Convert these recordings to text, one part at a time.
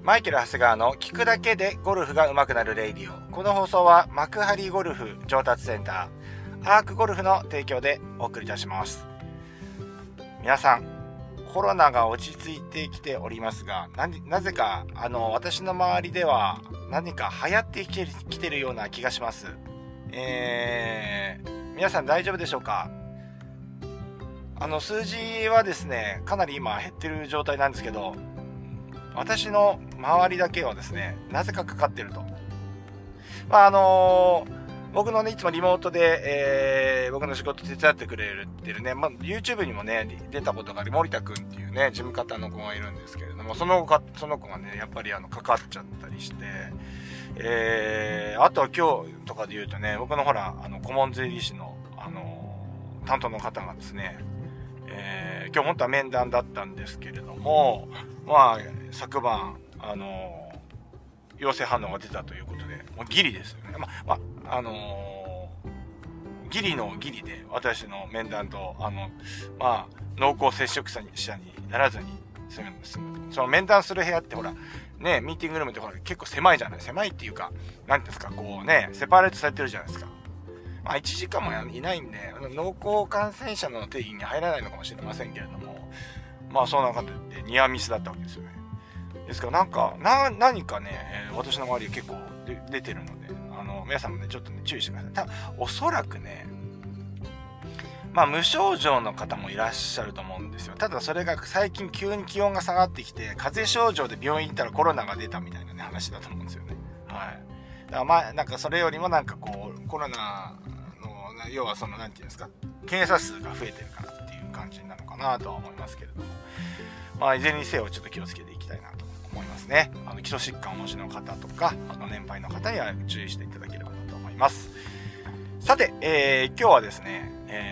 マイケル・長谷川の聞くだけでゴルフが上手くなるレイディオ。この放送は幕張ゴルフ上達センター、アークゴルフの提供でお送りいたします。皆さん、コロナが落ち着いてきておりますが、なぜか私の周りでは何か流行ってきてるような気がします。皆さん大丈夫でしょうか？数字はですね、かなり今減ってる状態なんですけど、私の周りだけはですね、なぜかかかってると。僕のね、いつもリモートで、僕の仕事手伝ってくれてるね、YouTube にもね、出たことがある森田くんっていうね、事務方の子がいるんですけれども、その子がね、やっぱりかかっちゃったりして、あとは今日とかで言うとね、僕のほら、顧問税理士の、担当の方がですね、今日本当は面談だったんですけれども、昨晩、陽性反応が出たということで、もうギリですよね。ギリのギリで、私の面談と、濃厚接触者にならずに済む。その面談する部屋ってほら、ね、ミーティングルームってほら、結構狭いじゃない。狭いっていうか、なんていうんですか、こうね、セパレートされてるじゃないですか。1時間もいないんで、濃厚感染者の定義に入らないのかもしれませんけれども、そんな感じでニアミスだったわけですよね。ですから何かね、私の周り結構出てるので、皆さんもね、ちょっとね、注意してください。おそらくね、無症状の方もいらっしゃると思うんですよ。ただそれが最近急に気温が下がってきて、風邪症状で病院行ったらコロナが出たみたいなね、話だと思うんですよね。はい。だからなんかそれよりもなんかこう、コロナの、要はなんていうんですか、検査数が増えてるからっていう感じなのかなとは思いますけれども。いずれにせよちょっと気をつけていきたいなと思いますね。基礎疾患をお持ちの方とか、年配の方には注意していただければなと思います。さて、今日はですね、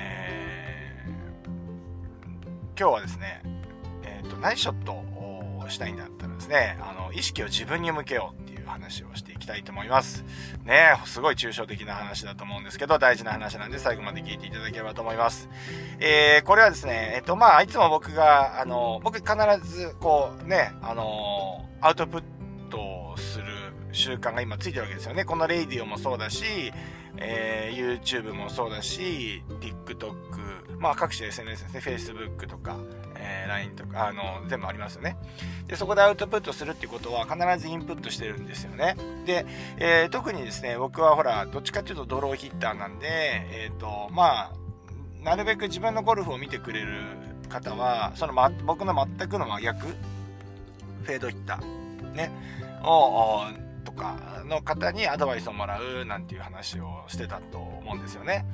ナイスショットをしたいんだったらですね、意識を自分に向けようっていう話をしていきたいと思います。ね、すごい抽象的な話だと思うんですけど、大事な話なんで最後まで聞いていただければと思います。これはですね、いつも僕が、僕必ずこうね、アウトプットをする習慣が今ついてるわけですよね。このレイディオもそうだし、YouTube もそうだし、TikTok、各種 SNS ですね、Facebook とか、LINE とか、全部ありますよね。で、そこでアウトプットするっていうことは必ずインプットしてるんですよね。で、特にですね、僕はほら、どっちかっていうとドローヒッターなんで、なるべく自分のゴルフを見てくれる方は、僕の全くの真逆、フェードヒッター、ね、とかの方にアドバイスをもらうなんていう話をしてたと思うんですよね。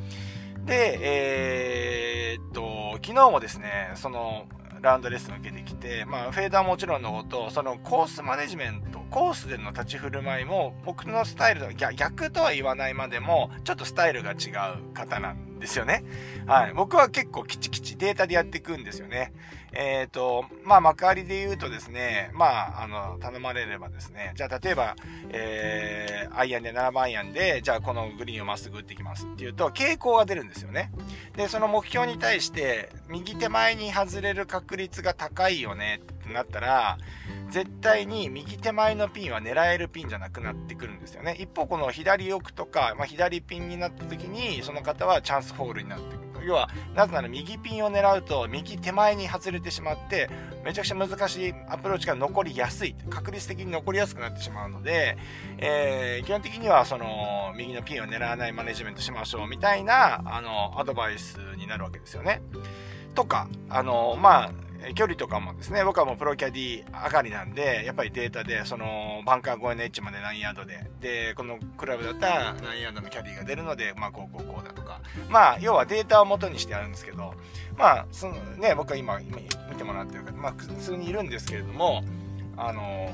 で、昨日もですね、ラウンドレッスンを受けてきて、フェーダーはもちろんのこと、コースマネジメント、コースでの立ち振る舞いも、僕のスタイルと逆とは言わないまでも、ちょっとスタイルが違う方なんですよね。はい。僕は結構きちきちデータでやっていくんですよね。幕張で言うとですね、頼まれればですね、じゃあ例えば、アイアンで7番アイアンで、じゃあこのグリーンをまっすぐ打っていきますっていうと、傾向が出るんですよね。で、その目標に対して、右手前に外れる確率が高いよねってなったら、絶対に右手前のピンは狙えるピンじゃなくなってくるんですよね。一方、この左奥とか、左ピンになった時に、その方はチャンスホールになってくる。要は、なぜなら右ピンを狙うと、右手前に外れてしまって、めちゃくちゃ難しいアプローチが残りやすい。確率的に残りやすくなってしまうので、基本的には、右のピンを狙わないマネジメントしましょう、みたいな、アドバイスになるわけですよね。とか、距離とかもですね、僕はもうプロキャディ上がりなんで、やっぱりデータで、バンカー越えのエッジまで何ヤードで、で、このクラブだったら何ヤードのキャディが出るので、こうだとか。要はデータを元にしてやるんですけど、僕は今見てもらってるから、普通にいるんですけれども、あ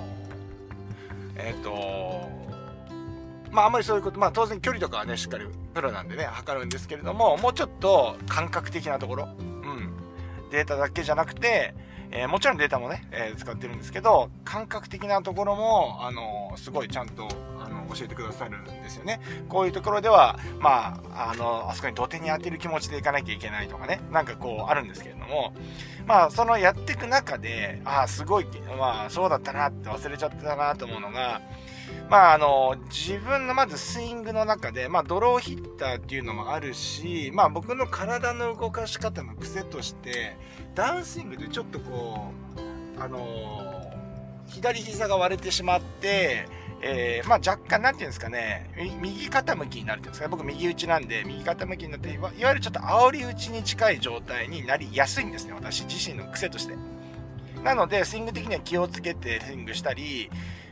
んまりそういうこと、当然距離とかはね、しっかりプロなんでね、測るんですけれども、もうちょっと感覚的なところ、データだけじゃなくて、もちろんデータもね、使ってるんですけど、感覚的なところも、すごいちゃんと、 教えてくださるんですよね。こういうところでは、あそこに土手に当てる気持ちでいかなきゃいけないとかね、なんかこうあるんですけれども、そのやっていく中で、すごい、そうだったなって忘れちゃってたなと思うのが、自分のまずスイングの中で、ドローヒッターっていうのもあるし、僕の体の動かし方の癖として、ダウンスイングでちょっとこう、左膝が割れてしまって、若干なんていうんですかね、右傾きになるっていうんですかね、僕右打ちなんで、右傾きになって、いわゆるちょっと煽り打ちに近い状態になりやすいんですね、私自身の癖として。なので、スイング的には気をつけてスイングしたり、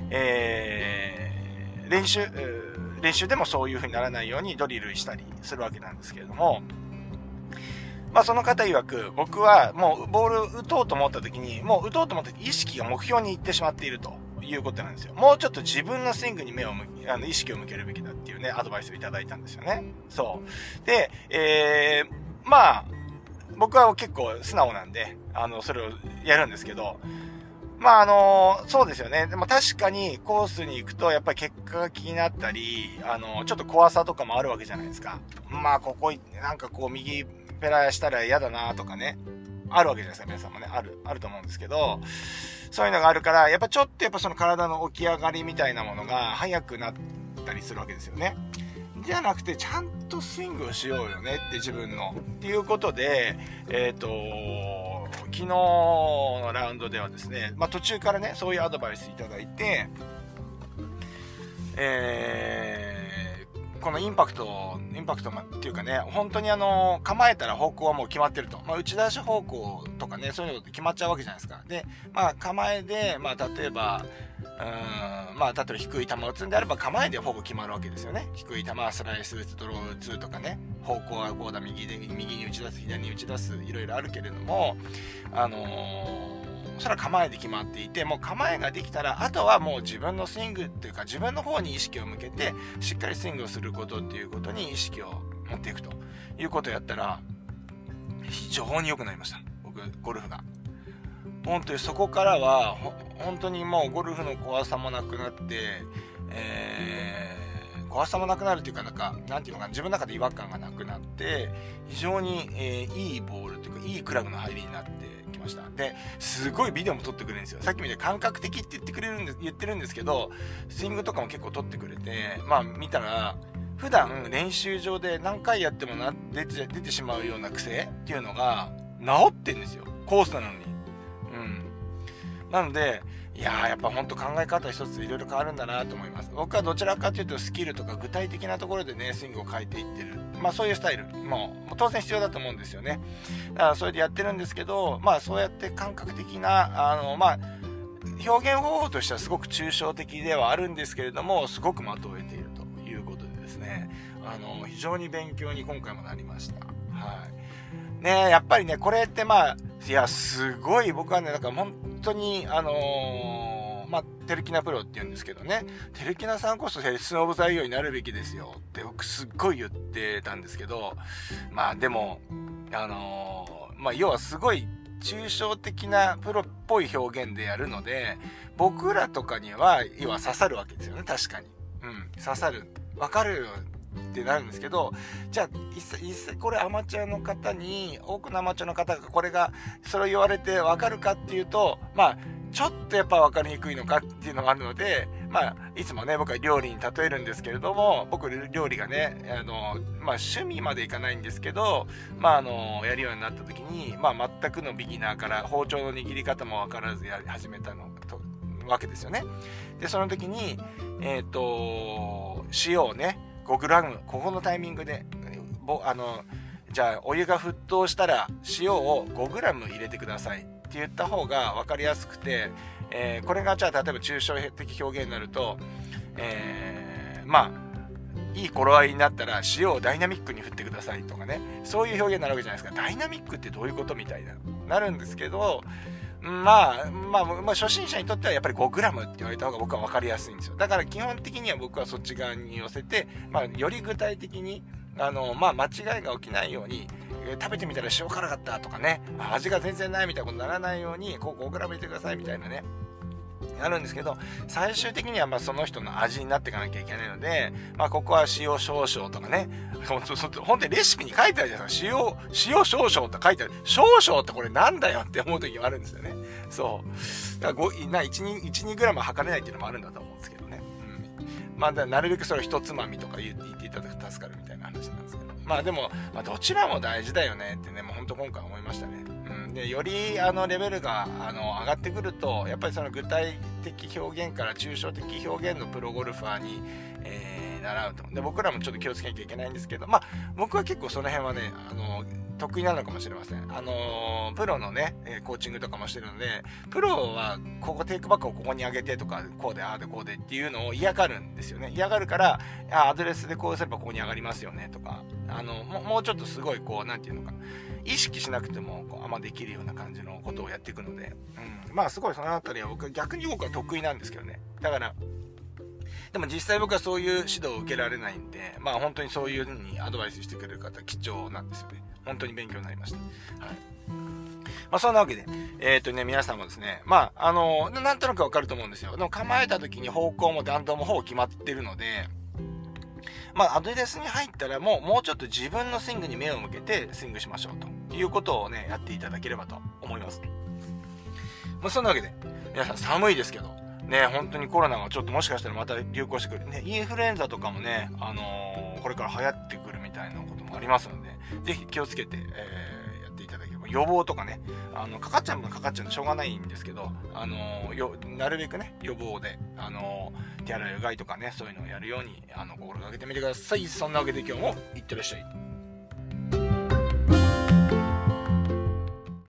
練習でもそういう風にならないようにドリルしたりするわけなんですけれども、その方曰く、僕はもうボール打とうと思った時に、もう打とうと思った時意識が目標に行ってしまっているということなんですよ。もうちょっと自分のスイングに意識を向けるべきだっていうね、アドバイスをいただいたんですよね。そう。で、僕は結構素直なんで、それをやるんですけど、そうですよね。でも確かにコースに行くと、やっぱり結果が気になったり、ちょっと怖さとかもあるわけじゃないですか。ここ、なんかこう、右ペラしたら嫌だなとかね、あるわけじゃないですか、皆さんもね。あると思うんですけど、そういうのがあるから、やっぱちょっとその体の起き上がりみたいなものが早くなったりするわけですよね。じゃなくて、ちゃんとスイングをしようよねって自分の。っていうことで、昨日のラウンドではですね、途中からね、そういうアドバイスいただいて、このインパクトっていうかね、本当に構えたら方向はもう決まってると。打ち出し方向とかね、そういうのって決まっちゃうわけじゃないですか。で、構えで、例えば低い球を打つんであれば構えでほぼ決まるわけですよね。低い球はスライス打つ、ドロー打つとかね、方向はこうだ、右に打ち出す、左に打ち出す、いろいろあるけれども、それは構えで決まっていて、もう構えができたら、あとはもう自分のスイングっていうか、自分の方に意識を向けて、しっかりスイングをすることっていうことに意識を持っていくということをやったら、非常に良くなりました。僕、ゴルフが。本当にそこからは本当にもうゴルフの怖さもなくなって、怖さもなくなるっていうか、なんていうのかな、自分の中で違和感がなくなって、非常に、いいボールっていうか、いいクラブの入りになってきました。で、すごいビデオも撮ってくれるんですよ。さっきみたいに感覚的って言ってるんですけど、スイングとかも結構撮ってくれて、見たら、普段練習場で何回やっても出てしまうような癖っていうのが治ってんですよ。コースなのに。なので、やっぱ本当考え方一ついろいろ変わるんだなと思います。僕はどちらかというとスキルとか具体的なところでね、スイングを変えていってる。そういうスタイルも当然必要だと思うんですよね。だからそれでやってるんですけど、そうやって感覚的な、表現方法としてはすごく抽象的ではあるんですけれども、すごく的を得ているということでですね、非常に勉強に今回もなりました。はい。ね、やっぱりね、これってすごい僕はね、本当に、テルキナプロって言うんですけどね、テルキナさんこそヘルスオブザイヤーになるべきですよって僕すっごい言ってたんですけど、でも、要はすごい抽象的なプロっぽい表現でやるので、僕らとかには、要は刺さるわけですよね、確かに。刺さる。わかるよってなるんですけど、じゃあ実際これアマチュアの方に、多くのアマチュアの方がそれを言われてわかるかっていうと、ちょっとやっぱ分かりにくいのかっていうのがあるので、いつもね、僕は料理に例えるんですけれども、僕料理がね、趣味までいかないんですけど、やるようになった時に、全くのビギナーから包丁の握り方も分からずやり始めたわけですよね。で、その時に、塩をね、5g、ここのタイミングで、じゃあお湯が沸騰したら塩を 5g 入れてくださいって言った方が分かりやすくて、これがじゃあ例えば抽象的表現になると、いい頃合いになったら塩をダイナミックに振ってくださいとかね、そういう表現になるわけじゃないですか。ダイナミックってどういうことみたいなるんですけど、初心者にとってはやっぱり 5g って言われた方が僕は分かりやすいんですよ。だから基本的には僕はそっち側に寄せて、より具体的に間違いが起きないように、食べてみたら塩辛かったとかね、味が全然ないみたいなことにならないように、5g 入れてくださいみたいなね、 なるんですけど、最終的にはまあその人の味になっていかなきゃいけないので、まあここは塩少々とかね、本当にレシピに書いてあるじゃないですか。塩少々って書いてある。少々ってこれなんだよって思う時もあるんですよね。そう。だから1、2グラム測れないっていうのもあるんだと思うんですけどね。まあなるべくそれを一つまみとか言っていただくと助かるみたいな話なんですけど。まあでも、まあどちらも大事だよねってね、もう本当今回思いましたね。でよりレベルが上がってくると、やっぱりその具体的表現から抽象的表現のプロゴルファーに、習うと。で僕らもちょっと気をつけなきゃいけないんですけど、まあ僕は結構その辺はね得意なのかもしれません。プロのねコーチングとかもしてるので、プロはここテイクバックをここに上げてとか、こうでああでこうでっていうのを嫌がるんですよね。嫌がるから、アドレスでこうすればここに上がりますよねとか、もうちょっとすごいこうなんていうのか、意識しなくてもこうあんまできるような感じのことをやっていくので、まあすごいそのあたりは逆に僕は得意なんですけどね。だからでも実際僕はそういう指導を受けられないんで、まあ本当にそういう風にアドバイスしてくれる方貴重なんですよね。本当に勉強になりました。はい。まあそんなわけで、皆さんもですね、まあなんとなくわかると思うんですよ。でも構えた時に方向も弾道もほぼ決まってるので、まあアドレスに入ったらもうちょっと自分のスイングに目を向けてスイングしましょうということをね、やっていただければと思います。まあそんなわけで、皆さん寒いですけど、ね、本当にコロナがちょっともしかしたらまた流行してくる。ね、インフルエンザとかもね、これから流行ってくるみたいなこともありますので、ぜひ気をつけて、やっていただければ。予防とかね、かかっちゃうのかかっちゃうのしょうがないんですけど、なるべくね、予防で、手洗いうがいとかね、そういうのをやるように、心がけてみてください。そんなわけで今日もいってらっしゃい。